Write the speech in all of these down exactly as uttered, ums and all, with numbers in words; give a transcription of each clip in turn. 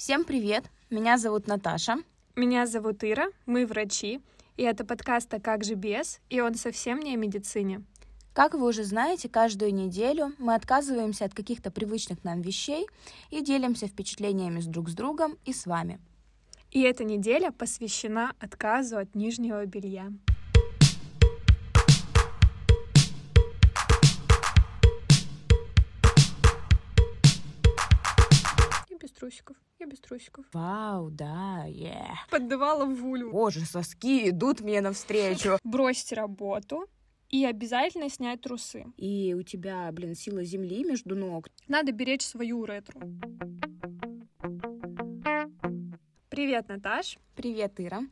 Всем привет! Меня зовут Наташа. Меня зовут Ира, мы врачи, и это подкаст «А как же без?», и он совсем не о медицине. Как вы уже знаете, каждую неделю мы отказываемся от каких-то привычных нам вещей и делимся впечатлениями с друг с другом и с вами. И эта неделя посвящена отказу от нижнего белья. Я без трусиков, я без трусиков. Вау, да, yeah. Поддавала в улю. Боже, соски идут мне навстречу. Бросьте работу и обязательно снять трусы. И у тебя, блин, сила земли между ног. Надо беречь свою уретру. Привет, Наташ. Привет, Ира.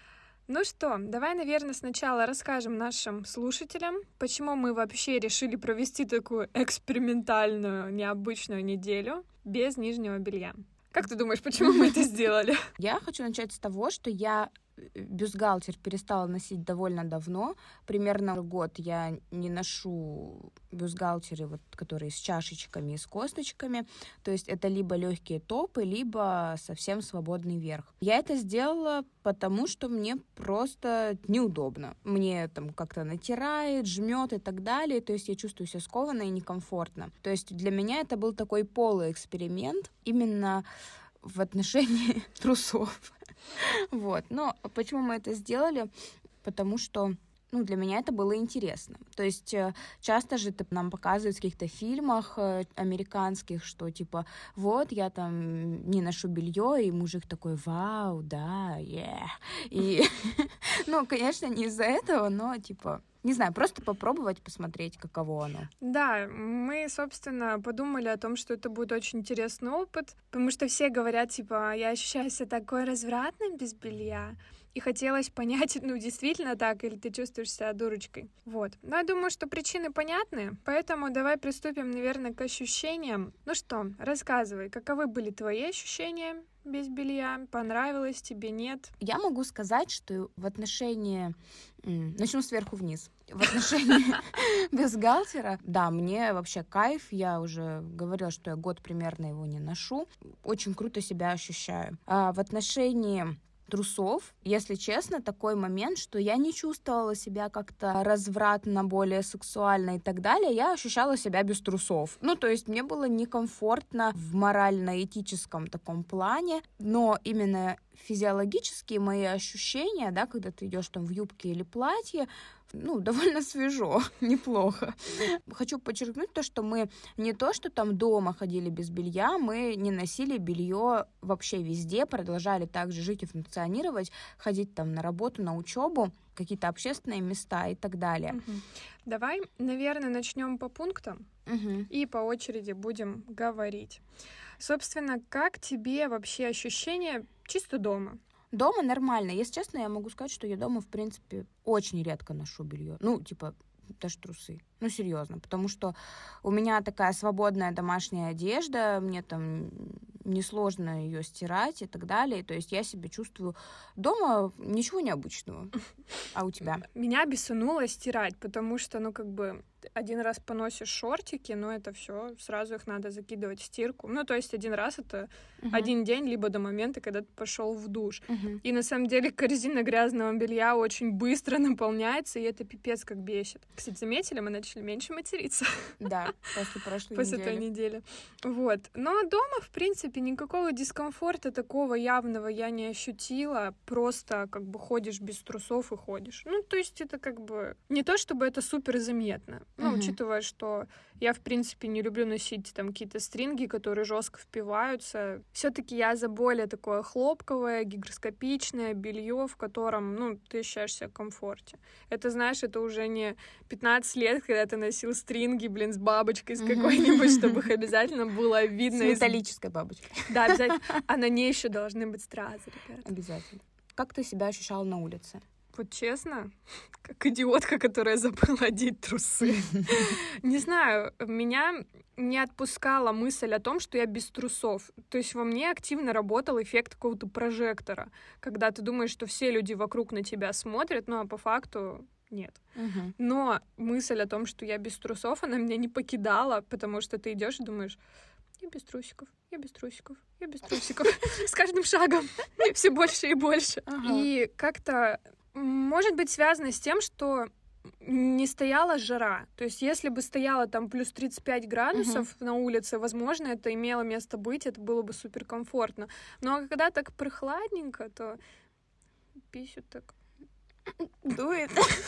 Ну что, давай, наверное, сначала расскажем нашим слушателям, почему мы вообще решили провести такую экспериментальную, необычную неделю без нижнего белья. Как ты думаешь, почему мы это сделали? Я хочу начать с того, что я бюстгальтер перестала носить довольно давно. Примерно год я не ношу бюстгальтеры, вот, которые с чашечками и с косточками. То есть это либо легкие топы, либо совсем свободный верх. Я это сделала, потому что мне просто неудобно. Мне там как-то натирает, жмет и так далее. То есть я чувствую себя скованно и некомфортно. То есть для меня это был такой полый эксперимент именно в отношении трусов. Вот. Но почему мы это сделали? Потому что, ну, для меня это было интересно. То есть часто же это нам показывают в каких-то фильмах американских, что типа вот я там не ношу белье, и мужик такой: вау, да, yeah. И, ну, конечно, не из-за этого, но типа... Не знаю, просто попробовать, посмотреть, каково оно. Да, мы, собственно, подумали о том, что это будет очень интересный опыт, потому что все говорят, типа, я ощущаю себя такой развратной без белья, и хотелось понять, ну, действительно так, или ты чувствуешь себя дурочкой. Вот. Но я думаю, что причины понятны, поэтому давай приступим, наверное, к ощущениям. Ну что, рассказывай, каковы были твои ощущения без белья? Понравилось тебе, нет? Я могу сказать, что в отношении... Начну сверху вниз. В отношении бюстгальтера, да, мне вообще кайф. Я уже говорила, что я год примерно его не ношу. Очень круто себя ощущаю. А в отношении трусов, если честно, такой момент, что я не чувствовала себя как-то развратно, более сексуально и так далее. Я ощущала себя без трусов. Ну, то есть мне было некомфортно в морально-этическом таком плане, но именно физиологические мои ощущения, да, когда ты идешь там в юбке или платье, ну, довольно свежо, неплохо. Хочу подчеркнуть то, что мы не то, что там дома ходили без белья, мы не носили белье вообще везде, продолжали также жить и функционировать, ходить там на работу, на учебу, какие-то общественные места и так далее. Угу. Давай, наверное, начнем по пунктам угу. и по очереди будем говорить. Собственно, как тебе вообще ощущения чисто дома? Дома нормально. Если честно, я могу сказать, что я дома, в принципе, очень редко ношу белье. Ну, типа, даже трусы. Ну, серьезно. Потому что у меня такая свободная домашняя одежда, мне там несложно ее стирать и так далее. То есть я себя чувствую дома ничего необычного. А у тебя? Меня бесануло стирать, потому что, ну, как бы, один раз поносишь шортики, но это все, сразу их надо закидывать в стирку. Ну, то есть один раз это uh-huh. один день, либо до момента, когда ты пошел в душ. Uh-huh. И на самом деле корзина грязного белья очень быстро наполняется, и это пипец как бесит. Кстати, заметили, мы начали меньше материться. Да, после прошлой после недели. той недели. Вот. Но дома, в принципе, никакого дискомфорта такого явного я не ощутила. Просто как бы ходишь без трусов и ходишь. Ну, то есть это как бы не то, чтобы это супер заметно. Ну, uh-huh. учитывая, что я, в принципе, не люблю носить там какие-то стринги, которые жестко впиваются. Все-таки я за более такое хлопковое, гигроскопичное белье, в котором, ну, ты ощущаешь себя в комфорте. Это, знаешь, это уже не пятнадцать лет, когда ты носил стринги, блин, с бабочкой, с uh-huh. какой-нибудь, чтобы их обязательно было видно. С металлической бабочкой. Да, обязательно. А на ней еще должны быть стразы, ребята. Обязательно. Как ты себя ощущала на улице? Вот честно, как идиотка, которая забыла одеть трусы. Не знаю, меня не отпускала мысль о том, что я без трусов. То есть во мне активно работал эффект какого-то прожектора, когда ты думаешь, что все люди вокруг на тебя смотрят, ну а по факту нет. Uh-huh. Но мысль о том, что я без трусов, она меня не покидала, потому что ты идешь и думаешь: я без трусиков, я без трусиков, я без трусиков. С каждым шагом все больше и больше. И как-то, может быть, связано с тем, что не стояла жара. То есть, если бы стояло там плюс тридцать пять градусов uh-huh. на улице, возможно, это имело место быть, это было бы суперкомфортно. Но когда так прохладненько, то писю так дует,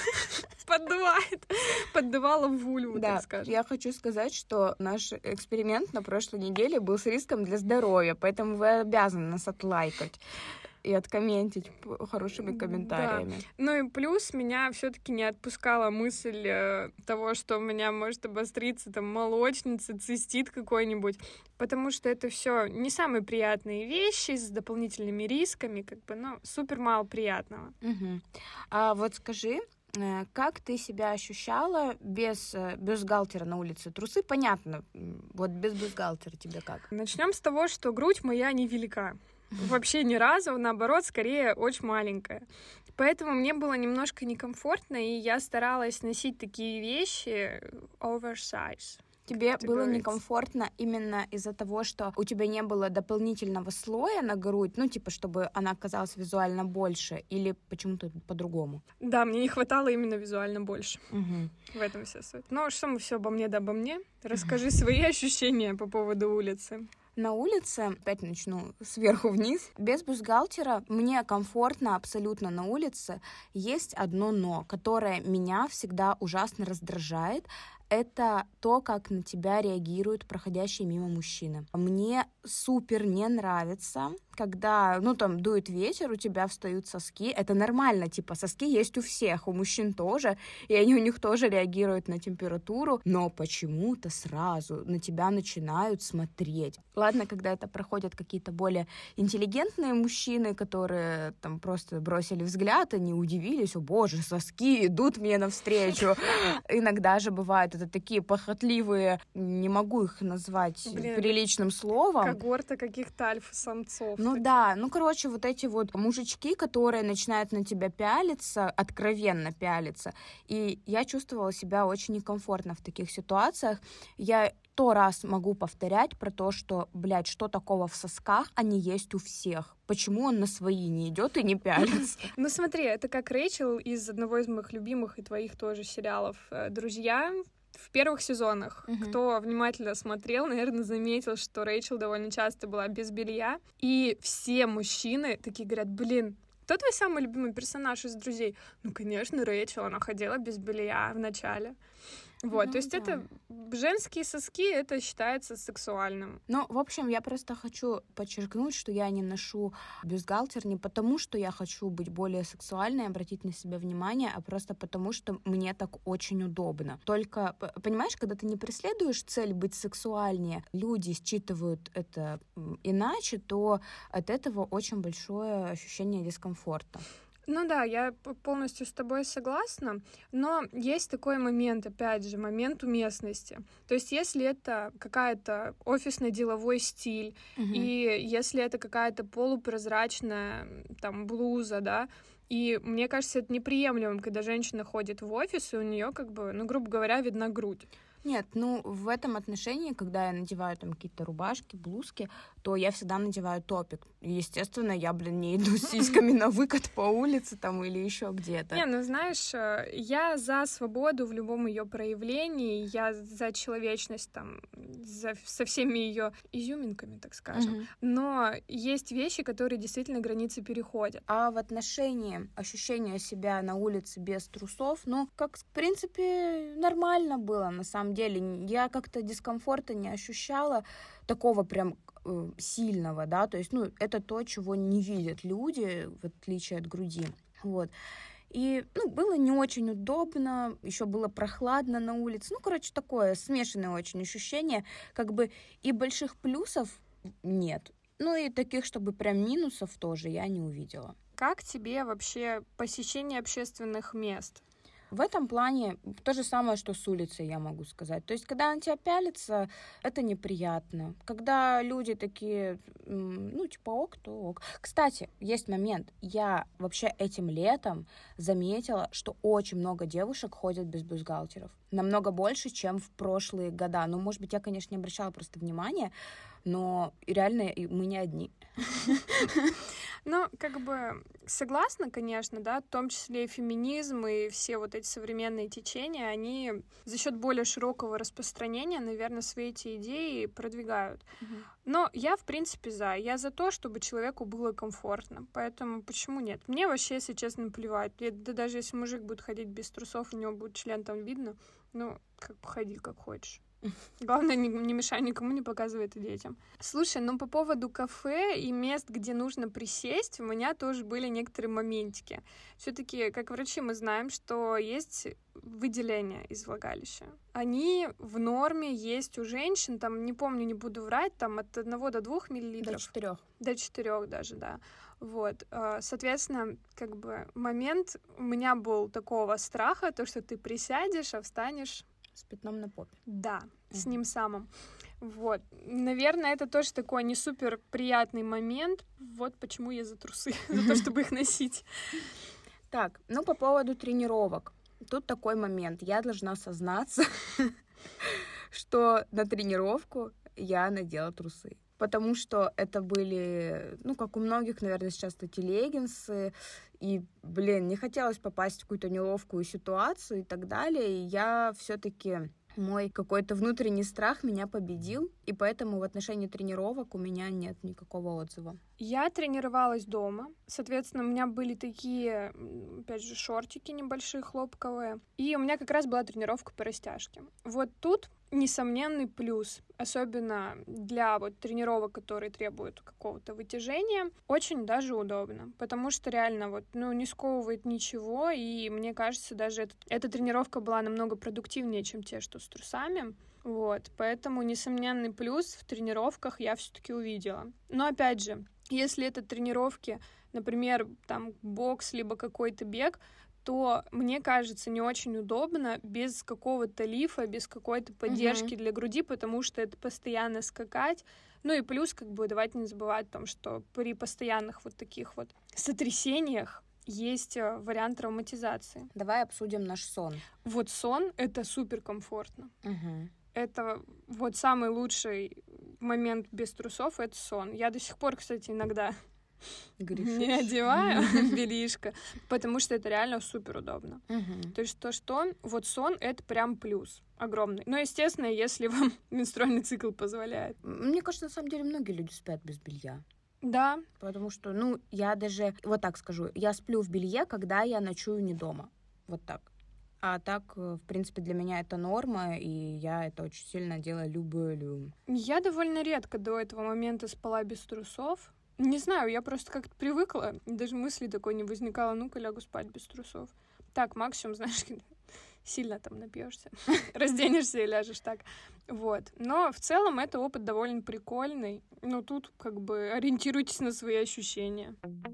поддувает, поддувала в вульву, да, так скажем. Я хочу сказать, что наш эксперимент на прошлой неделе был с риском для здоровья, поэтому вы обязаны нас отлайкать и откомментить хорошими комментариями. Да. Ну и плюс меня все-таки не отпускала мысль э, того, что у меня может обостриться там молочница, цистит какой-нибудь, потому что это все не самые приятные вещи с дополнительными рисками, как бы, ну, супер мало приятного. Угу. А вот скажи, как ты себя ощущала без бюстгальтера на улице? Трусы, понятно, вот без бюстгальтера тебе как? Начнем с того, что грудь моя невелика. Вообще ни разу, наоборот, скорее очень маленькая. Поэтому мне было немножко некомфортно, и я старалась носить такие вещи oversize. Тебе было говорится. Некомфортно именно из-за того, что у тебя не было дополнительного слоя на грудь, ну, типа, чтобы она казалась визуально больше, или почему-то по-другому? Да, мне не хватало именно визуально больше. Угу. В этом вся суть. Ну, что мы все обо мне да обо мне? Расскажи свои ощущения по поводу улицы. На улице, опять начну сверху вниз, без бюстгальтера мне комфортно абсолютно на улице. Есть одно но, которое меня всегда ужасно раздражает. Это то, как на тебя реагируют проходящие мимо мужчины. Мне супер не нравится, когда, ну, там, дует ветер, у тебя встают соски. Это нормально, типа, соски есть у всех, у мужчин тоже, и они у них тоже реагируют на температуру, но почему-то сразу на тебя начинают смотреть. Ладно, когда это проходят какие-то более интеллигентные мужчины, которые там просто бросили взгляд, они удивились, о боже, соски идут мне навстречу. Иногда же бывает, это такие похотливые, не могу их назвать Блин, приличным словом. Когорта каких-то альфа-самцов. Ну таких. Да, ну короче, вот эти вот мужички, которые начинают на тебя пялиться, откровенно пялиться, и я чувствовала себя очень некомфортно в таких ситуациях. Я сто раз могу повторять про то, что, блядь, что такого в сосках, они есть у всех. Почему он на свои не идет и не пялится? Ну смотри, это как Рэйчел из одного из моих любимых и твоих тоже сериалов «Друзья». В первых сезонах, uh-huh. кто внимательно смотрел, наверное, заметил, что Рэйчел довольно часто была без белья, и все мужчины такие говорят, блин, кто твой самый любимый персонаж из «Друзей»? Ну, конечно, Рэйчел, она ходила без белья в начале. Вот, ну, то есть да. это женские соски, это считается сексуальным. Ну, в общем, я просто хочу подчеркнуть, что я не ношу бюстгальтер не потому, что я хочу быть более сексуальной, обратить на себя внимание, а просто потому, что мне так очень удобно. Только, понимаешь, когда ты не преследуешь цель быть сексуальнее, люди считывают это иначе, то от этого очень большое ощущение дискомфорта. Ну да, я полностью с тобой согласна, но есть такой момент, опять же, момент уместности. То есть если это какая-то офисно-деловой стиль, uh-huh. и если это какая-то полупрозрачная там блуза, да, и мне кажется, это неприемлемым, когда женщина ходит в офис, и у нее как бы, ну, грубо говоря, видна грудь. Нет, ну, в этом отношении, когда я надеваю там какие-то рубашки, блузки, то я всегда надеваю топик. И, естественно, я, блин, не иду с сиськами на выкат по улице там или еще где-то. Не, ну, знаешь, я за свободу в любом ее проявлении, я за человечность там, за, со всеми ее изюминками, так скажем. Uh-huh. Но есть вещи, которые действительно границы переходят. А в отношении ощущения себя на улице без трусов, ну, как, в принципе, нормально было, на самом деле. Я как-то дискомфорта не ощущала, такого прям э, сильного, да, то есть, ну, это то, чего не видят люди, в отличие от груди, вот. И, ну, было не очень удобно, еще было прохладно на улице, ну, короче, такое смешанное очень ощущение, как бы и больших плюсов нет, ну, и таких, чтобы прям минусов тоже я не увидела. Как тебе вообще посещение общественных мест? В этом плане то же самое, что с улицы, я могу сказать. То есть, когда на тебя пялится, это неприятно. Когда люди такие, ну, типа, ок, то ок. Кстати, есть момент. Я вообще этим летом заметила, что очень много девушек ходят без бюстгальтеров. Намного больше, чем в прошлые года. Ну, может быть, я, конечно, не обращала просто внимания, но реально мы не одни. Ну, как бы согласна, конечно, да, в том числе и феминизм, и все вот эти современные течения, они за счет более широкого распространения, наверное, свои эти идеи продвигают. Uh-huh. Но я, в принципе, за. Я за то, чтобы человеку было комфортно. Поэтому почему нет? Мне вообще, если честно, плевать. Я, да даже если мужик будет ходить без трусов, у него будет член там видно, ну, как ходи, как хочешь. Главное, не, не мешай никому, не показывай это детям. Слушай, ну по поводу кафе и мест, где нужно присесть, у меня тоже были некоторые моментики. Все-таки, как врачи, мы знаем, что есть выделения из влагалища. Они в норме есть у женщин, там, не помню, не буду врать, там от одного до двух миллилитров. До четырех. До четырех даже, да. Вот, соответственно, как бы момент у меня был такого страха, то, что ты присядешь, а встанешь с пятном на попе. Да, mm-hmm. с ним самым. Вот. Наверное, это тоже такой не супер приятный момент. Вот почему я за трусы, за то, чтобы их носить. Так, ну по поводу тренировок. Тут такой момент. Я должна сознаться, что на тренировку я надела трусы. Потому что это были, ну, как у многих, наверное, сейчас эти леггинсы, и, блин, не хотелось попасть в какую-то неловкую ситуацию и так далее, и я все-таки, мой какой-то внутренний страх меня победил, и поэтому в отношении тренировок у меня нет никакого отзыва. Я тренировалась дома, соответственно, у меня были такие, опять же, шортики небольшие, хлопковые, и у меня как раз была тренировка по растяжке. Вот тут несомненный плюс, особенно для вот тренировок, которые требуют какого-то вытяжения, очень даже удобно, потому что реально вот, ну, не сковывает ничего, и мне кажется, даже этот, эта тренировка была намного продуктивнее, чем те, что с трусами. Вот, поэтому несомненный плюс в тренировках я все-таки увидела. Но опять же, если это тренировки, например, там бокс, либо какой-то бег, то, мне кажется, не очень удобно без какого-то лифа, без какой-то поддержки uh-huh. для груди, потому что это постоянно скакать. Ну и плюс, как бы, давайте не забывать о том, что при постоянных вот таких вот сотрясениях есть вариант травматизации. Давай обсудим наш сон. Вот сон — это суперкомфортно. Uh-huh. Это вот самый лучший момент без трусов — это сон. Я до сих пор, кстати, иногда Грешишь. не одеваю белишко, потому что это реально супер удобно. Uh-huh. То есть то, что вот сон — это прям плюс огромный. Но, естественно, если вам менструальный цикл позволяет. Мне кажется, на самом деле многие люди спят без белья. Да. Потому что, ну, я даже, вот так скажу, я сплю в белье, когда я ночую не дома. Вот так. А так, в принципе, для меня это норма, и я это очень сильно делаю, люблю. Я довольно редко до этого момента спала без трусов. Не знаю, я просто как-то привыкла, даже мысли такой не возникало, ну-ка лягу спать без трусов. Так, максимум, знаешь, сильно там напьешься, разденешься и ляжешь так. Вот. Но в целом это опыт довольно прикольный. Но тут как бы ориентируйтесь на свои ощущения.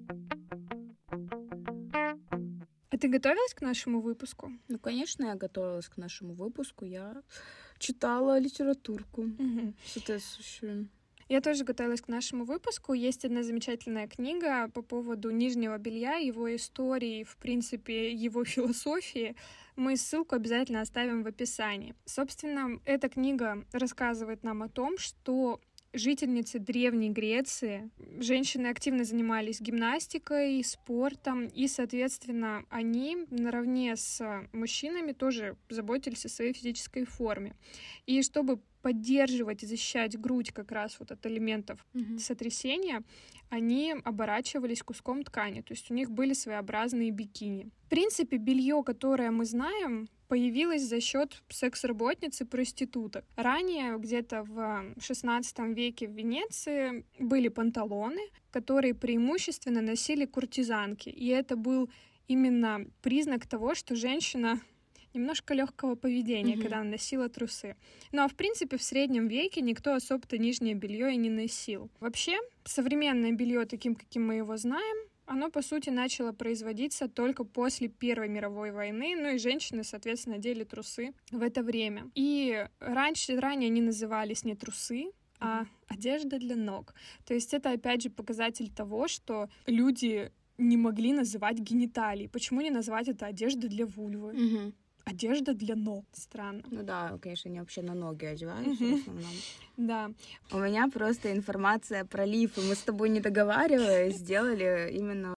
А ты готовилась к нашему выпуску? Ну, конечно, я готовилась к нашему выпуску. Я читала литературку. Угу. Соответствующую. Я тоже готовилась к нашему выпуску. Есть одна замечательная книга по поводу нижнего белья, его истории, в принципе, его философии. Мы ссылку обязательно оставим в описании. Собственно, эта книга рассказывает нам о том, что жительницы Древней Греции, женщины активно занимались гимнастикой, спортом, и, соответственно, они наравне с мужчинами тоже заботились о своей физической форме. И чтобы поддерживать и защищать грудь как раз вот от элементов mm-hmm. сотрясения, они оборачивались куском ткани, то есть у них были своеобразные бикини. В принципе, белье, которое мы знаем, появилась за счет секс-работниц и проституток. Ранее, где-то в шестнадцатом веке в Венеции, были панталоны, которые преимущественно носили куртизанки. И это был именно признак того, что женщина немножко легкого поведения, mm-hmm. когда она носила трусы. Ну а в принципе в среднем веке никто особо-то нижнее белье и не носил. Вообще, современное белье, таким, каким мы его знаем, оно, по сути, начало производиться только после Первой мировой войны, ну и женщины, соответственно, надели трусы в это время. И раньше, ранее они назывались не трусы, а одежда для ног. То есть это, опять же, показатель того, что люди не могли называть гениталии. Почему не назвать это одежда для вульвы? Угу. Одежда для ног. Странно. Ну да, конечно, они вообще на ноги одеваются в основном. Да. У меня просто информация про лифы. Мы с тобой не договариваясь, сделали именно...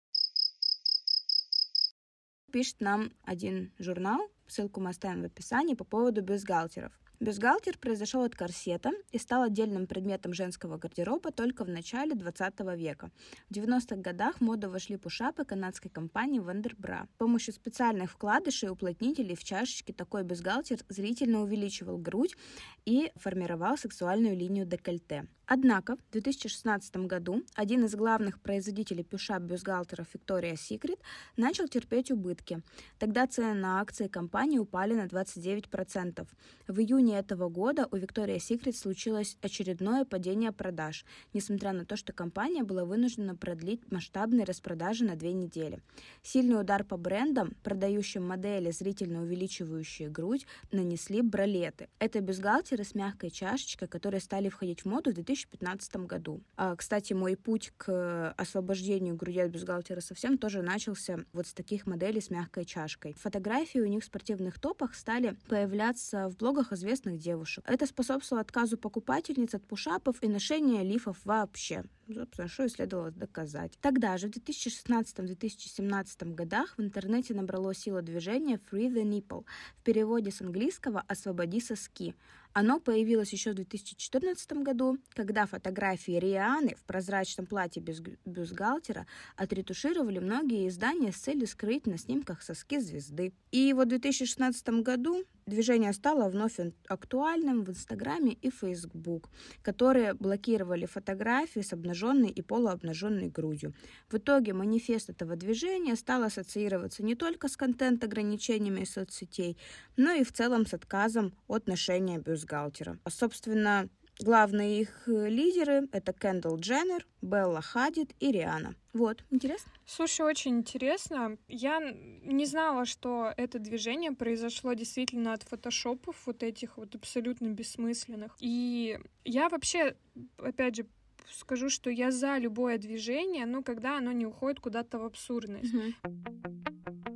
Пишет нам один журнал, ссылку мы оставим в описании, по поводу бюстгальтеров. Бюстгальтер произошел от корсета и стал отдельным предметом женского гардероба только в начале двадцатого века. В девяностых годах в моду вошли пушапы канадской компании Вандербра. С помощью специальных вкладышей и уплотнителей в чашечке такой бюстгальтер зрительно увеличивал грудь и формировал сексуальную линию декольте. Однако в две тысячи шестнадцатом году один из главных производителей пюшап-бюстгальтеров Victoria's Secret начал терпеть убытки. Тогда цены на акции компании упали на двадцать девять процентов. В июне этого года у Victoria's Secret случилось очередное падение продаж, несмотря на то, что компания была вынуждена продлить масштабные распродажи на две недели. Сильный удар по брендам, продающим модели, зрительно увеличивающие грудь, нанесли бралеты. Это бюстгальтеры с мягкой чашечкой, которые стали входить в моду в две тысячи пятнадцатом году. А, кстати, мой путь к освобождению груди от бюстгальтера совсем тоже начался вот с таких моделей с мягкой чашкой. Фотографии у них в спортивных топах стали появляться в блогах известных девушек. Это способствовало отказу покупательниц от пушапов и ношения лифов вообще. Собственно, что и следовало доказать. Тогда же, в две тысячи шестнадцатом - две тысячи семнадцатом годах в интернете набрало силу движение Free the Nipple, в переводе с английского «Освободи соски». Оно появилось еще в две тысячи четырнадцатом году, когда фотографии Рианы в прозрачном платье без бюстгальтера отретушировали многие издания с целью скрыть на снимках соски звезды. И вот в две тысячи шестнадцатом году движение стало вновь актуальным в Инстаграме и Фейсбук, которые блокировали фотографии с обнаженной и полуобнаженной грудью. В итоге манифест этого движения стал ассоциироваться не только с контент-ограничениями соцсетей, но и в целом с отказом от ношения бюстгальтера. Собственно, главные их лидеры — это Кендалл Дженнер, Белла Хадид и Риhanna. Вот, интересно? Слушай, очень интересно. Я не знала, что это движение произошло действительно от фотошопов, вот этих вот абсолютно бессмысленных. И я вообще, опять же, скажу, что я за любое движение, ну, когда оно не уходит куда-то в абсурдность. Mm-hmm.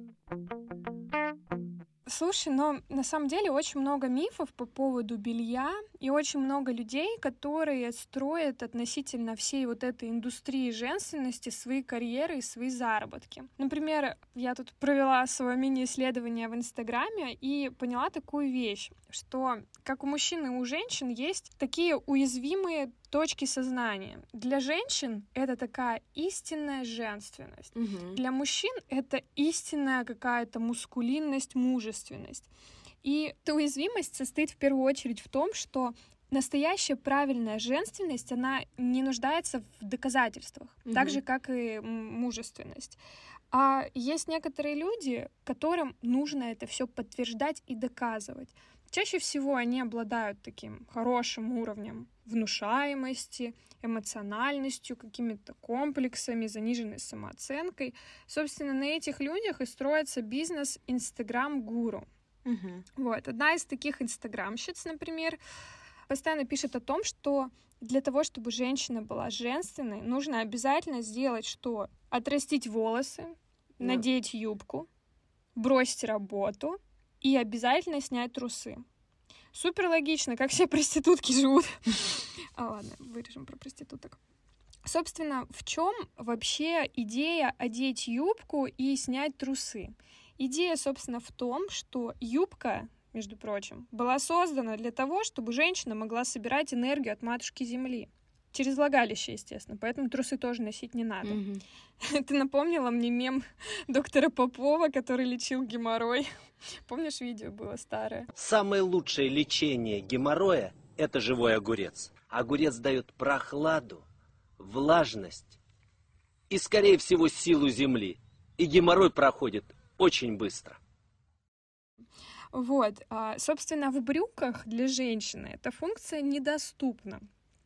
Слушай, но на самом деле очень много мифов по поводу белья и очень много людей, которые строят относительно всей вот этой индустрии женственности свои карьеры и свои заработки. Например, я тут провела свое мини-исследование в Инстаграме и поняла такую вещь, что как у мужчин и у женщин есть такие уязвимые точки сознания. Для женщин это такая истинная женственность. Угу. Для мужчин это истинная какая-то мускулинность, мужественность. И эта уязвимость состоит в первую очередь в том, что настоящая правильная женственность, она не нуждается в доказательствах, угу. так же, как и мужественность. А есть некоторые люди, которым нужно это все подтверждать и доказывать. Чаще всего они обладают таким хорошим уровнем внушаемости, эмоциональностью, какими-то комплексами, заниженной самооценкой. Собственно, на этих людях и строится бизнес Инстаграм-гуру. Uh-huh. Вот. Одна из таких инстаграмщиц, например, постоянно пишет о том, что для того, чтобы женщина была женственной, нужно обязательно сделать что? Отрастить волосы, yeah. надеть юбку, бросить работу и обязательно снять трусы. Супер логично, как все проститутки живут. А ладно, вырежем про проституток. Собственно, в чем вообще идея одеть юбку и снять трусы? Идея, собственно, в том, что юбка, между прочим, была создана для того, чтобы женщина могла собирать энергию от матушки Земли. Через влагалище, естественно, поэтому трусы тоже носить не надо. Mm-hmm. Ты напомнила мне мем доктора Попова, который лечил геморрой. Помнишь, видео было старое? Самое лучшее лечение геморроя – это живой огурец. Огурец дает прохладу, влажность и, скорее всего, силу земли. И геморрой проходит очень быстро. Вот, собственно, в брюках для женщины эта функция недоступна.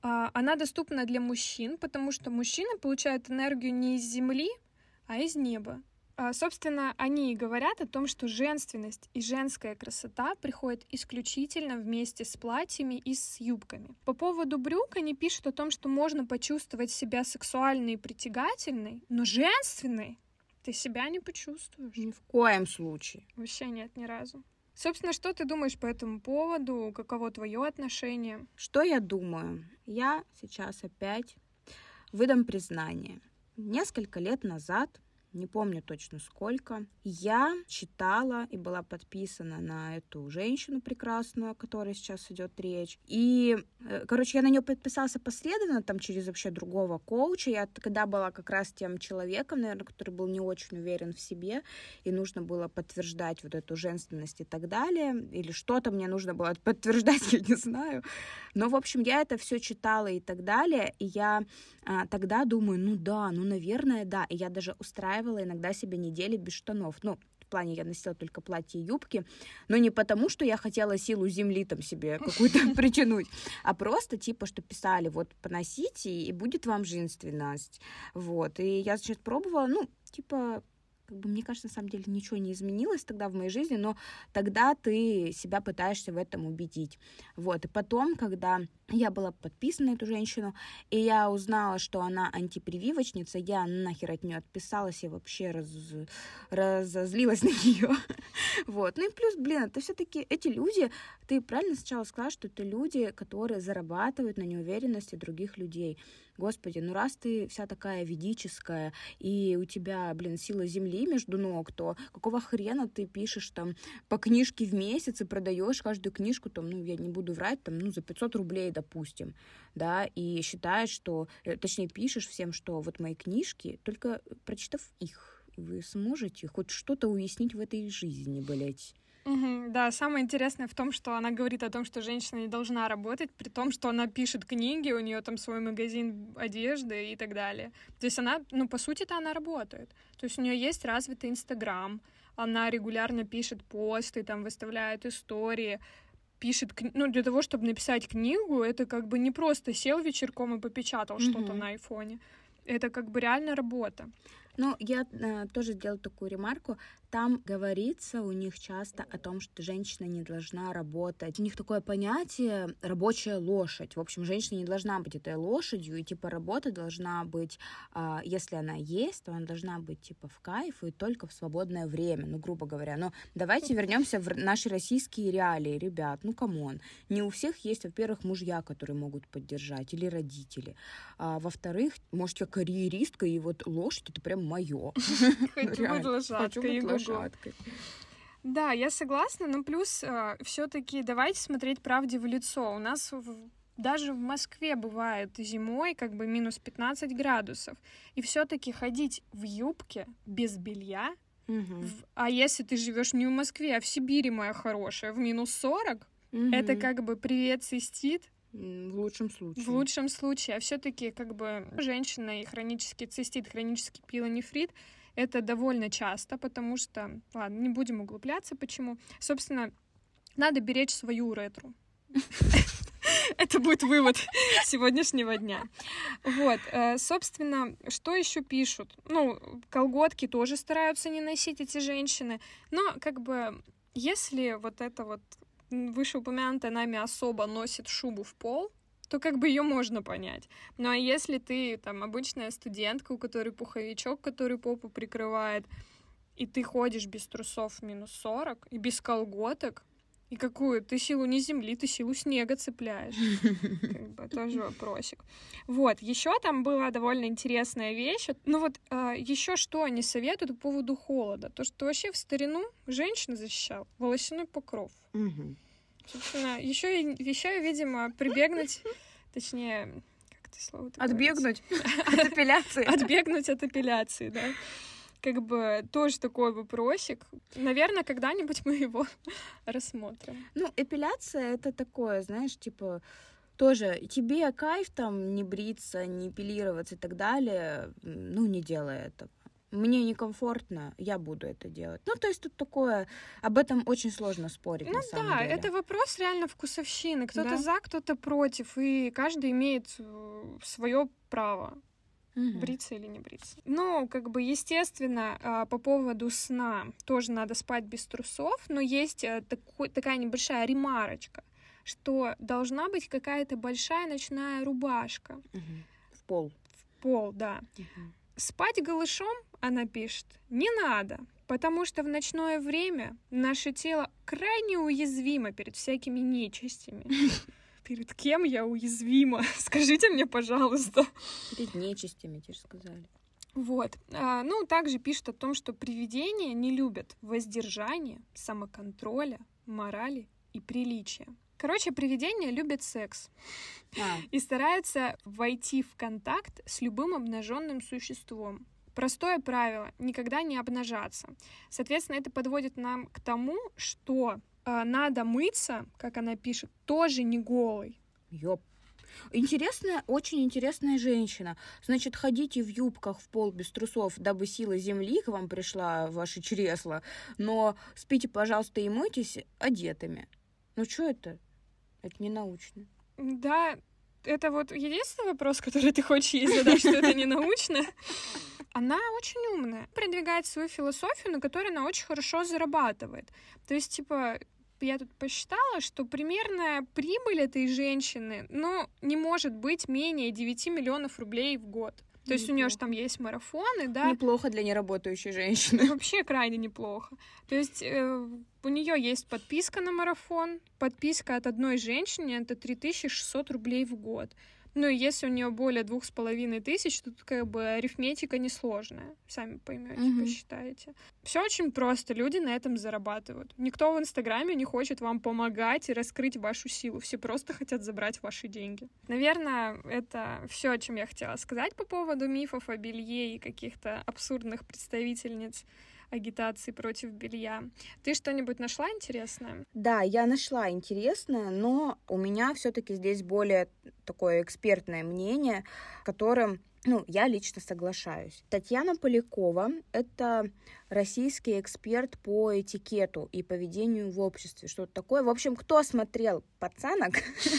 она доступна для мужчин, потому что мужчины получают энергию не из Земли, а из неба. Собственно, они и говорят о том, что женственность и женская красота приходят исключительно вместе с платьями и с юбками. По поводу брюк они пишут о том, что можно почувствовать себя сексуальной и притягательной, но женственной ты себя не почувствуешь. Ни в коем случае. Вообще нет, ни разу. Собственно, что ты думаешь по этому поводу? Каково твое отношение? Что я думаю? Я сейчас опять выдам признание. Несколько лет назад, не помню точно сколько, я читала и была подписана на эту женщину прекрасную, о которой сейчас идет речь. И, короче, я на нее подписалась последовательно, там, через вообще другого коуча. Я тогда была как раз тем человеком, наверное, который был не очень уверен в себе, и нужно было подтверждать вот эту женственность и так далее. Или что-то мне нужно было подтверждать, я не знаю. Но, в общем, я это все читала и так далее, и я а, тогда думаю, ну да, ну, наверное, да. И я даже устраивала иногда себе недели без штанов. Ну, в плане я носила только платья и юбки, но не потому, что я хотела силу земли там себе какую-то притянуть, а просто типа, что писали, вот, поносите, и будет вам женственность. Вот. И я, значит, пробовала, ну, типа... Как бы, мне кажется, на самом деле ничего не изменилось тогда в моей жизни, но тогда ты себя пытаешься в этом убедить. Вот. И потом, когда я была подписана на эту женщину, и я узнала, что она антипрививочница, я нахер от нее отписалась и вообще раз... разозлилась на нее. Вот. Ну и плюс, блин, это все-таки эти люди, ты правильно сначала сказала, что это люди, которые зарабатывают на неуверенности других людей. Господи, ну раз ты вся такая ведическая, и у тебя, блин, сила земли между ног, то какого хрена ты пишешь там по книжке в месяц и продаешь каждую книжку, там, ну, я не буду врать, там, ну, за пятьсот рублей, допустим, да, и считаешь, что, точнее, пишешь всем, что вот мои книжки, только прочитав их, вы сможете хоть что-то уяснить в этой жизни, блять. Угу, да, самое интересное в том, что она говорит о том, что женщина не должна работать, при том, что она пишет книги, у нее там свой магазин одежды и так далее. То есть она, ну, по сути-то она работает. То есть у нее есть развитый Инстаграм, она регулярно пишет посты, там, выставляет истории, пишет, кни... ну, для того, чтобы написать книгу, это как бы не просто сел вечерком и попечатал mm-hmm. что-то на айфоне. Это как бы реально работа. Ну, я э, тоже сделаю такую ремарку. Там говорится у них часто о том, что женщина не должна работать. У них такое понятие «рабочая лошадь». В общем, женщина не должна быть этой лошадью, и, типа, работа должна быть, э, если она есть, то она должна быть, типа, в кайф и только в свободное время, ну, грубо говоря. Но давайте вернемся в наши российские реалии, ребят. Ну, камон. Не у всех есть, во-первых, мужья, которые могут поддержать, или родители. А, во-вторых, может, я карьеристка, и вот лошадь — это прям моё. Хочу быть лошадкой, лошадкой. Да, я согласна, но плюс э, все-таки давайте смотреть правде в лицо. У нас в, даже в Москве бывает зимой как бы минус пятнадцать градусов, и все-таки ходить в юбке без белья, угу. в, а если ты живешь не в Москве, а в Сибири, моя хорошая, в минус сорок, угу. это как бы привет, цистит. В лучшем случае. В лучшем случае. А все-таки как бы женщина и хронический цистит, хронический пилонефрит — это довольно часто, потому что, ладно, не будем углубляться, почему. Собственно, надо беречь свою уретру. Это будет вывод сегодняшнего дня. Вот, собственно, что еще пишут? Ну, колготки тоже стараются не носить эти женщины, но как бы если вот это вот вышеупомянутая нами особа носит шубу в пол, то как бы ее можно понять. Ну а если ты там обычная студентка, у которой пуховичок, который попу прикрывает, и ты ходишь без трусов в минус сорок и без колготок, и какую? Ты силу не земли, ты силу снега цепляешь. Как бы тоже вопросик. Вот, еще там была довольно интересная вещь. Ну вот, э, еще что они советуют по поводу холода. То, что вообще в старину женщина защищал волосяной покров. Угу. Собственно, еще и вещаю, видимо, прибегнуть, точнее, как это слово? Отбегнуть от эпиляции. Отбегнуть от эпиляции, да. Как бы тоже такой вопросик. Наверное, когда-нибудь мы его рассмотрим. Ну, эпиляция — это такое, знаешь, типа, тоже тебе кайф там не бриться, не эпилироваться и так далее, ну, не делай этого. мне некомфортно, я буду это делать. Ну, то есть тут такое, об этом очень сложно спорить, ну, на самом да, деле. это вопрос реально вкусовщины. Кто-то Да. за, кто-то против, и каждый имеет свое право. Угу. Бриться или не бриться. Ну, как бы, естественно, по поводу сна тоже надо спать без трусов, но есть такой, такая небольшая ремарочка, что должна быть какая-то большая ночная рубашка. Угу. В пол. В пол, да. Угу. Спать голышом, она пишет, не надо, потому что в ночное время наше тело крайне уязвимо перед всякими нечистями. Перед кем я уязвима? Скажите мне, пожалуйста. Перед нечистями, тебе же сказали. Вот. А, ну, также пишет о том, что привидения не любят воздержания, самоконтроля, морали и приличия. Короче, привидения любят секс А. и стараются войти в контакт с любым обнаженным существом. Простое правило — никогда не обнажаться. Соответственно, это подводит нам к тому, что э, надо мыться, как она пишет, тоже не голой. Ёп. Интересная, очень интересная женщина. Значит, ходите в юбках в пол без трусов, дабы сила земли к вам пришла в ваше чресло, но спите, пожалуйста, и мойтесь одетыми. Ну, что это? Это не научно. Да, это вот единственный вопрос, который ты хочешь ей задать, что это не научно. Она очень умная, продвигает свою философию, на которой она очень хорошо зарабатывает. То есть, типа, я тут посчитала, что примерная прибыль этой женщины, ну, не может быть менее девять миллионов рублей в год. То есть Неплохо. У нее же там есть марафоны, да. Неплохо для неработающей женщины. Вообще крайне неплохо. То есть э, у нее есть подписка на марафон, подписка от одной женщины, это три тысячи шестьсот рублей в год. Ну и если у нее более двух с половиной тысяч, то тут как бы арифметика несложная. Сами поймете, Мгм. посчитаете. Все очень просто, люди на этом зарабатывают. Никто в Инстаграме не хочет вам помогать и раскрыть вашу силу. Все просто хотят забрать ваши деньги. Наверное, это все, о чем я хотела сказать по поводу мифов о белье и каких-то абсурдных представительниц агитации против белья. Ты что-нибудь нашла интересное? Да, я нашла интересное, но у меня все-таки здесь более такое экспертное мнение, которым, ну, я лично соглашаюсь. Татьяна Полякова — это российский эксперт по этикету и поведению в обществе. Что-то такое. В общем, кто смотрел «Пацанок»,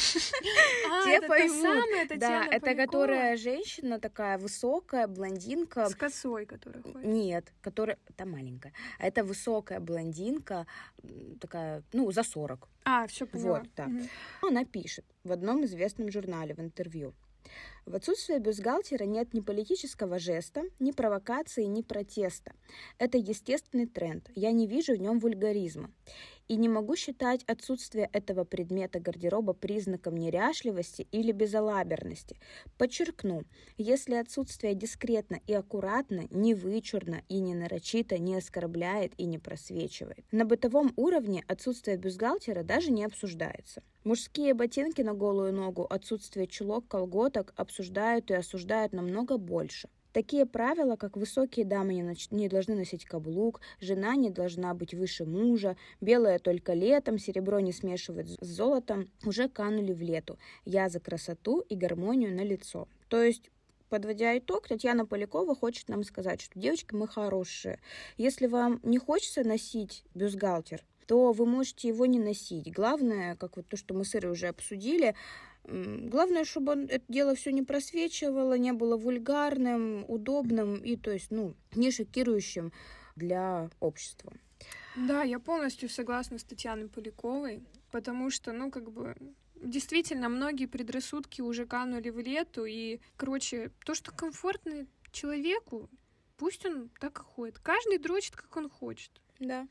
А, те это та поймут. самая Да, Татьяна это Полякова? которая женщина такая высокая, блондинка. С косой, которая ходит. Нет, которая... Та маленькая. А это высокая блондинка, м, такая, ну, за сорок. А, все поняла. Вот, да. Мгм. Она пишет в одном известном журнале в интервью: в отсутствие бюстгальтера нет ни политического жеста, ни провокации, ни протеста. Это естественный тренд. Я не вижу в нем вульгаризма. И не могу считать отсутствие этого предмета гардероба признаком неряшливости или безалаберности. Подчеркну, если отсутствие дискретно и аккуратно, не вычурно и не нарочито не оскорбляет и не просвечивает. На бытовом уровне отсутствие бюстгальтера даже не обсуждается. Мужские ботинки на голую ногу, отсутствие чулок, колготок обсуждают и осуждают намного больше. Такие правила, как высокие дамы не, нач... не должны носить каблук, жена не должна быть выше мужа, белое только летом, серебро не смешивать с золотом, уже канули в лету. Я за красоту и гармонию на лицо. То есть, подводя итог, Татьяна Полякова хочет нам сказать, что, девочки, мы хорошие. Если вам не хочется носить бюстгальтер, то вы можете его не носить. Главное, как вот то, что мы с Ирой уже обсудили, главное, чтобы он, это дело все не просвечивало, не было вульгарным, удобным и, то есть, ну, не шокирующим для общества. Да, я полностью согласна с Татьяной Поляковой, потому что, ну, как бы, действительно, многие предрассудки уже канули в лету, и, короче, то, что комфортно человеку, пусть он так и ходит. Каждый дрочит, как он хочет. Да.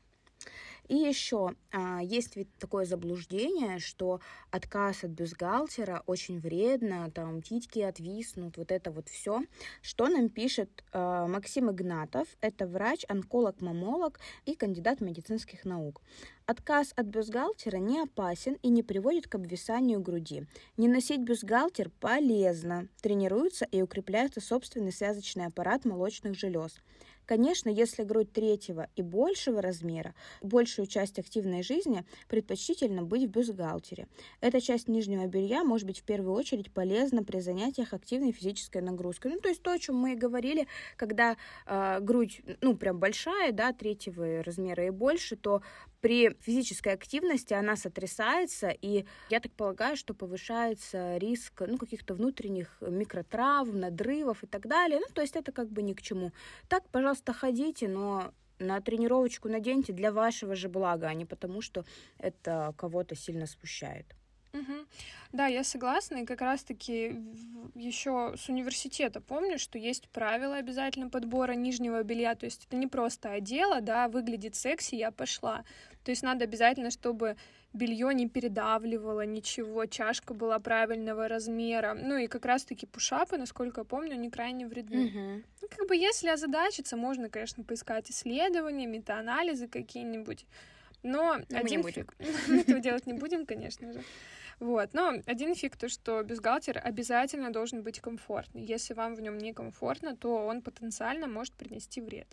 И еще а, есть ведь такое заблуждение, что отказ от бюстгальтера очень вредно, там титьки отвиснут, вот это вот все. Что нам пишет а, Максим Игнатов, это врач, онколог-мамолог и кандидат медицинских наук. Отказ от бюстгальтера не опасен и не приводит к обвисанию груди. Не носить бюстгальтер полезно. Тренируется и укрепляется собственный связочный аппарат молочных желез. Конечно, если грудь третьего и большего размера, большую часть активной жизни предпочтительно быть в бюстгальтере. Эта часть нижнего белья может быть в первую очередь полезна при занятиях активной физической нагрузкой. Ну, то есть то, о чем мы и говорили, когда э, грудь, ну, прям большая, да, третьего размера и больше, то при физической активности она сотрясается, и я так полагаю, что повышается риск, ну, каких-то внутренних микротравм, надрывов и так далее. Ну, то есть это как бы ни к чему. Так, пожалуйста, ходите, но на тренировочку наденьте для вашего же блага, а не потому, что это кого-то сильно смущает. Угу. Да, я согласна, и как раз-таки еще с университета помню, что есть правила обязательно подбора нижнего белья, то есть это не просто одела, да, выглядит секси, я пошла, то есть надо обязательно, чтобы белье не передавливало ничего, чашка была правильного размера, ну и как раз-таки пушапы, насколько я помню, они крайне вредны. Угу. Ну, как бы если озадачиться, можно, конечно, поискать исследования, метаанализы какие-нибудь, но Но один фиг, мы этого делать не будем, конечно же. Вот, но один фиг то, что бюстгальтер обязательно должен быть комфортный. Если вам в нем некомфортно, то он потенциально может принести вред.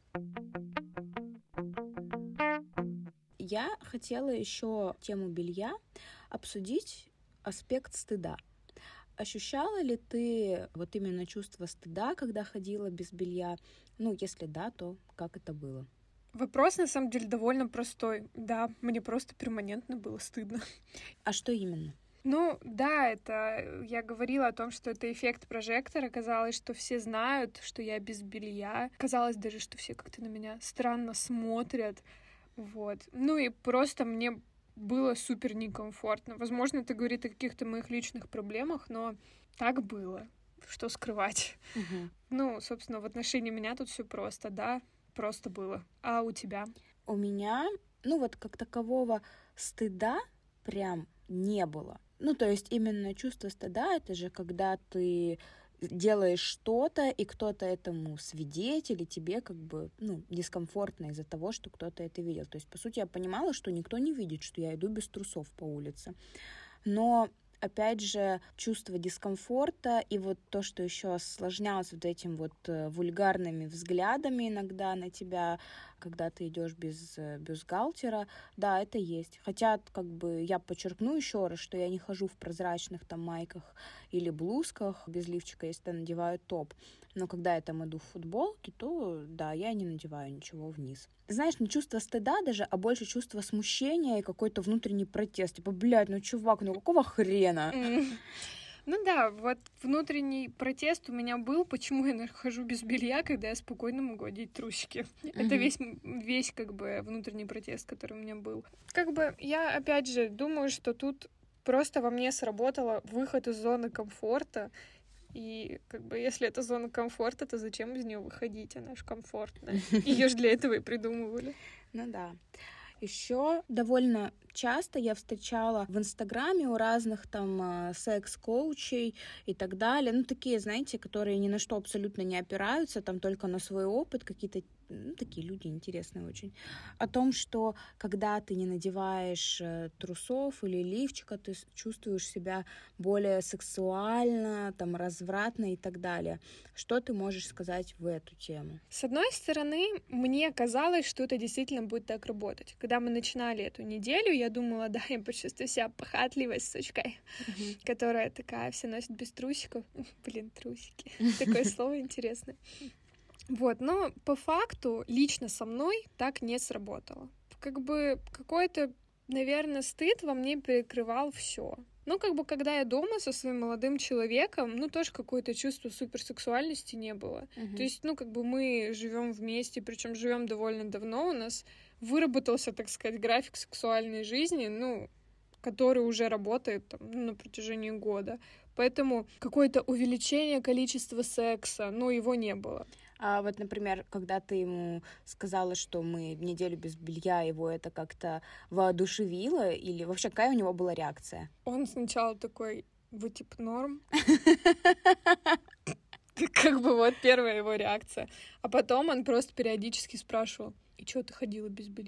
Я хотела еще тему белья обсудить аспект стыда. Ощущала ли ты вот именно чувство стыда, когда ходила без белья? Ну, если да, то как это было? Вопрос, на самом деле, довольно простой. Да, мне просто перманентно было стыдно. А что именно? Ну, да, это я говорила о том, что это эффект прожектора. Казалось, что все знают, что я без белья. Казалось даже, что все как-то на меня странно смотрят. Вот. Ну и просто мне было супер некомфортно. Возможно, это говорит о каких-то моих личных проблемах, но так было. Что скрывать? Угу. Ну, собственно, в отношении меня тут все просто, да, просто было. А у тебя? У меня, ну вот как такового стыда прям не было. Ну, то есть именно чувство стыда — это же когда ты делаешь что-то, и кто-то этому свидетель, и тебе как бы, ну, дискомфортно из-за того, что кто-то это видел. То есть, по сути, я понимала, что никто не видит, что я иду без трусов по улице. Но опять же, чувство дискомфорта и вот то, что еще осложнялось вот этим вот вульгарными взглядами иногда на тебя, когда ты идешь без бюстгальтера, да, это есть. Хотя, как бы, я подчеркну еще раз, что я не хожу в прозрачных там майках или блузках без лифчика, если я надеваю топ. Но когда я там иду в футболке, то, да, я не надеваю ничего вниз. Знаешь, не чувство стыда даже, а больше чувство смущения и какой-то внутренний протест. Типа, блядь, ну, чувак, ну какого хрена? Mm. Ну да, вот внутренний протест у меня был, почему я хожу без белья, когда я спокойно могу одеть трусики. Mm-hmm. Это весь, весь, как бы, внутренний протест, который у меня был. Как бы, я, опять же, думаю, что тут просто во мне сработало выход из зоны комфорта. И как бы если это зона комфорта, то зачем из нее выходить? Она же комфортная. Ее же для этого и придумывали. Ну да. Еще довольно часто я встречала в Инстаграме у разных там секс-коучей и так далее, ну такие, знаете, которые ни на что абсолютно не опираются, там только на свой опыт, какие-то, ну, такие люди интересные очень, о том, что когда ты не надеваешь трусов или лифчика, ты чувствуешь себя более сексуально, там, развратно и так далее. Что ты можешь сказать в эту тему? С одной стороны, мне казалось, что это действительно будет так работать. Когда мы начинали эту неделю, я думала, да, я почувствую себя похотливой сучкой, uh-huh. которая такая вся носит без трусиков. Блин, трусики. Такое слово интересное. Вот, но по факту лично со мной так не сработало. Как бы какой-то, наверное, стыд во мне перекрывал все. Ну, как бы, когда я дома со своим молодым человеком, ну, тоже какое-то чувство суперсексуальности не было. Uh-huh. То есть, ну, как бы мы живем вместе, причем живем довольно давно, у нас выработался, так сказать, график сексуальной жизни, ну, который уже работает там, ну, на протяжении года. Поэтому какое-то увеличение количества секса, ну, его не было. А вот, например, когда ты ему сказала, что мы неделю без белья, его это как-то воодушевило? Или вообще какая у него была реакция? Он сначала такой, вы типа норм? Как бы вот первая его реакция. А потом он просто периодически спрашивал, и чего ты ходила без белья?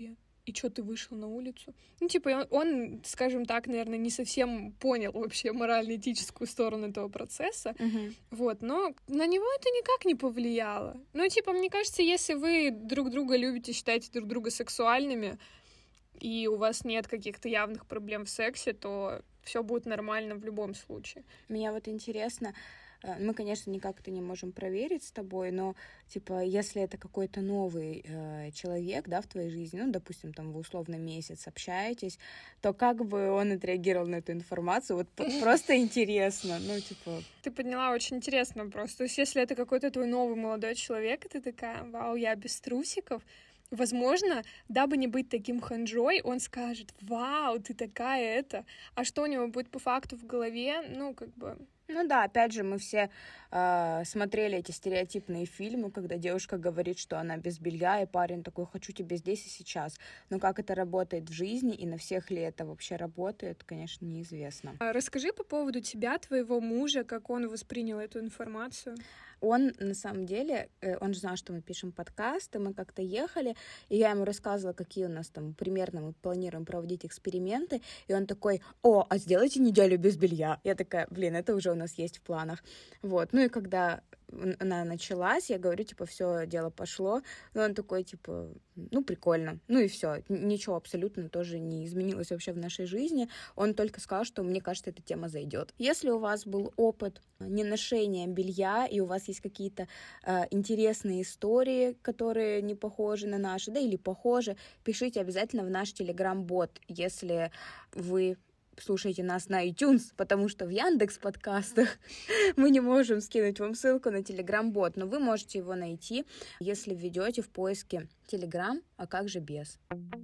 и что ты вышел на улицу? Ну, типа, он, он, скажем так, наверное, не совсем понял вообще морально-этическую сторону этого процесса, Мгм. вот, но на него это никак не повлияло. Ну, типа, мне кажется, если вы друг друга любите, считаете друг друга сексуальными, и у вас нет каких-то явных проблем в сексе, то все будет нормально в любом случае. Меня вот интересно, э, мы, конечно, никак это не можем проверить с тобой, но, типа, если это какой-то новый э, человек, да, в твоей жизни, ну, допустим, там, вы условно месяц общаетесь, то как бы он отреагировал на эту информацию? Вот п- просто интересно, ну, типа... Ты подняла очень интересный вопрос. То есть, если это какой-то твой новый молодой человек, и ты такая, вау, я без трусиков, возможно, дабы не быть таким ханжой, он скажет, вау, ты такая это. А что у него будет по факту в голове, ну, как бы... Ну да, опять же, мы все э, смотрели эти стереотипные фильмы, когда девушка говорит, что она без белья, и парень такой, хочу тебя здесь и сейчас. Но как это работает в жизни, и на всех ли это вообще работает, конечно, неизвестно. А расскажи по поводу тебя, твоего мужа, как он воспринял эту информацию. Он, на самом деле, э, он же знал, что мы пишем подкасты, мы как-то ехали, и я ему рассказывала, какие у нас там примерно мы планируем проводить эксперименты, и он такой, о, а сделайте неделю без белья. Я такая, блин, это уже у нас есть в планах. Вот, ну и когда она началась, я говорю, типа, все, дело пошло, но он такой, типа, ну, прикольно, ну и все, ничего абсолютно тоже не изменилось вообще в нашей жизни, он только сказал, что, мне кажется, эта тема зайдет. Если у вас был опыт неношения белья, и у вас есть какие-то э, интересные истории, которые не похожи на наши, да, или похожи, пишите обязательно в наш телеграм-бот, если вы слушайте нас на iTunes, потому что в Яндекс подкастах мы не можем скинуть вам ссылку на Telegram-бот, но вы можете его найти, если введете в поиске Telegram, а как же без.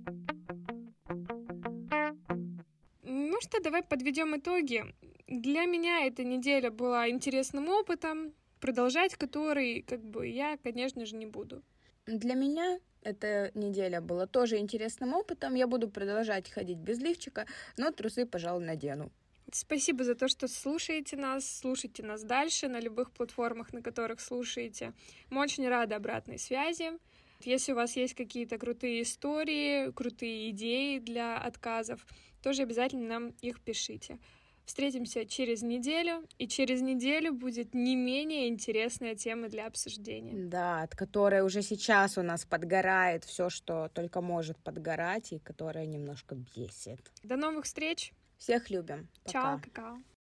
Ну что, давай подведем итоги. Для меня эта неделя была интересным опытом, продолжать который, как бы, я, конечно же, не буду. Для меня эта неделя была тоже интересным опытом. Я буду продолжать ходить без лифчика, но трусы, пожалуй, надену. Спасибо за то, что слушаете нас, слушайте нас дальше на любых платформах, на которых слушаете. Мы очень рады обратной связи. Если у вас есть какие-то крутые истории, крутые идеи для отказов, тоже обязательно нам их пишите. Встретимся через неделю, и через неделю будет не менее интересная тема для обсуждения. Да, от которой уже сейчас у нас подгорает все, что только может подгорать, и которая немножко бесит. До новых встреч! Всех любим. Пока. Чао, какао!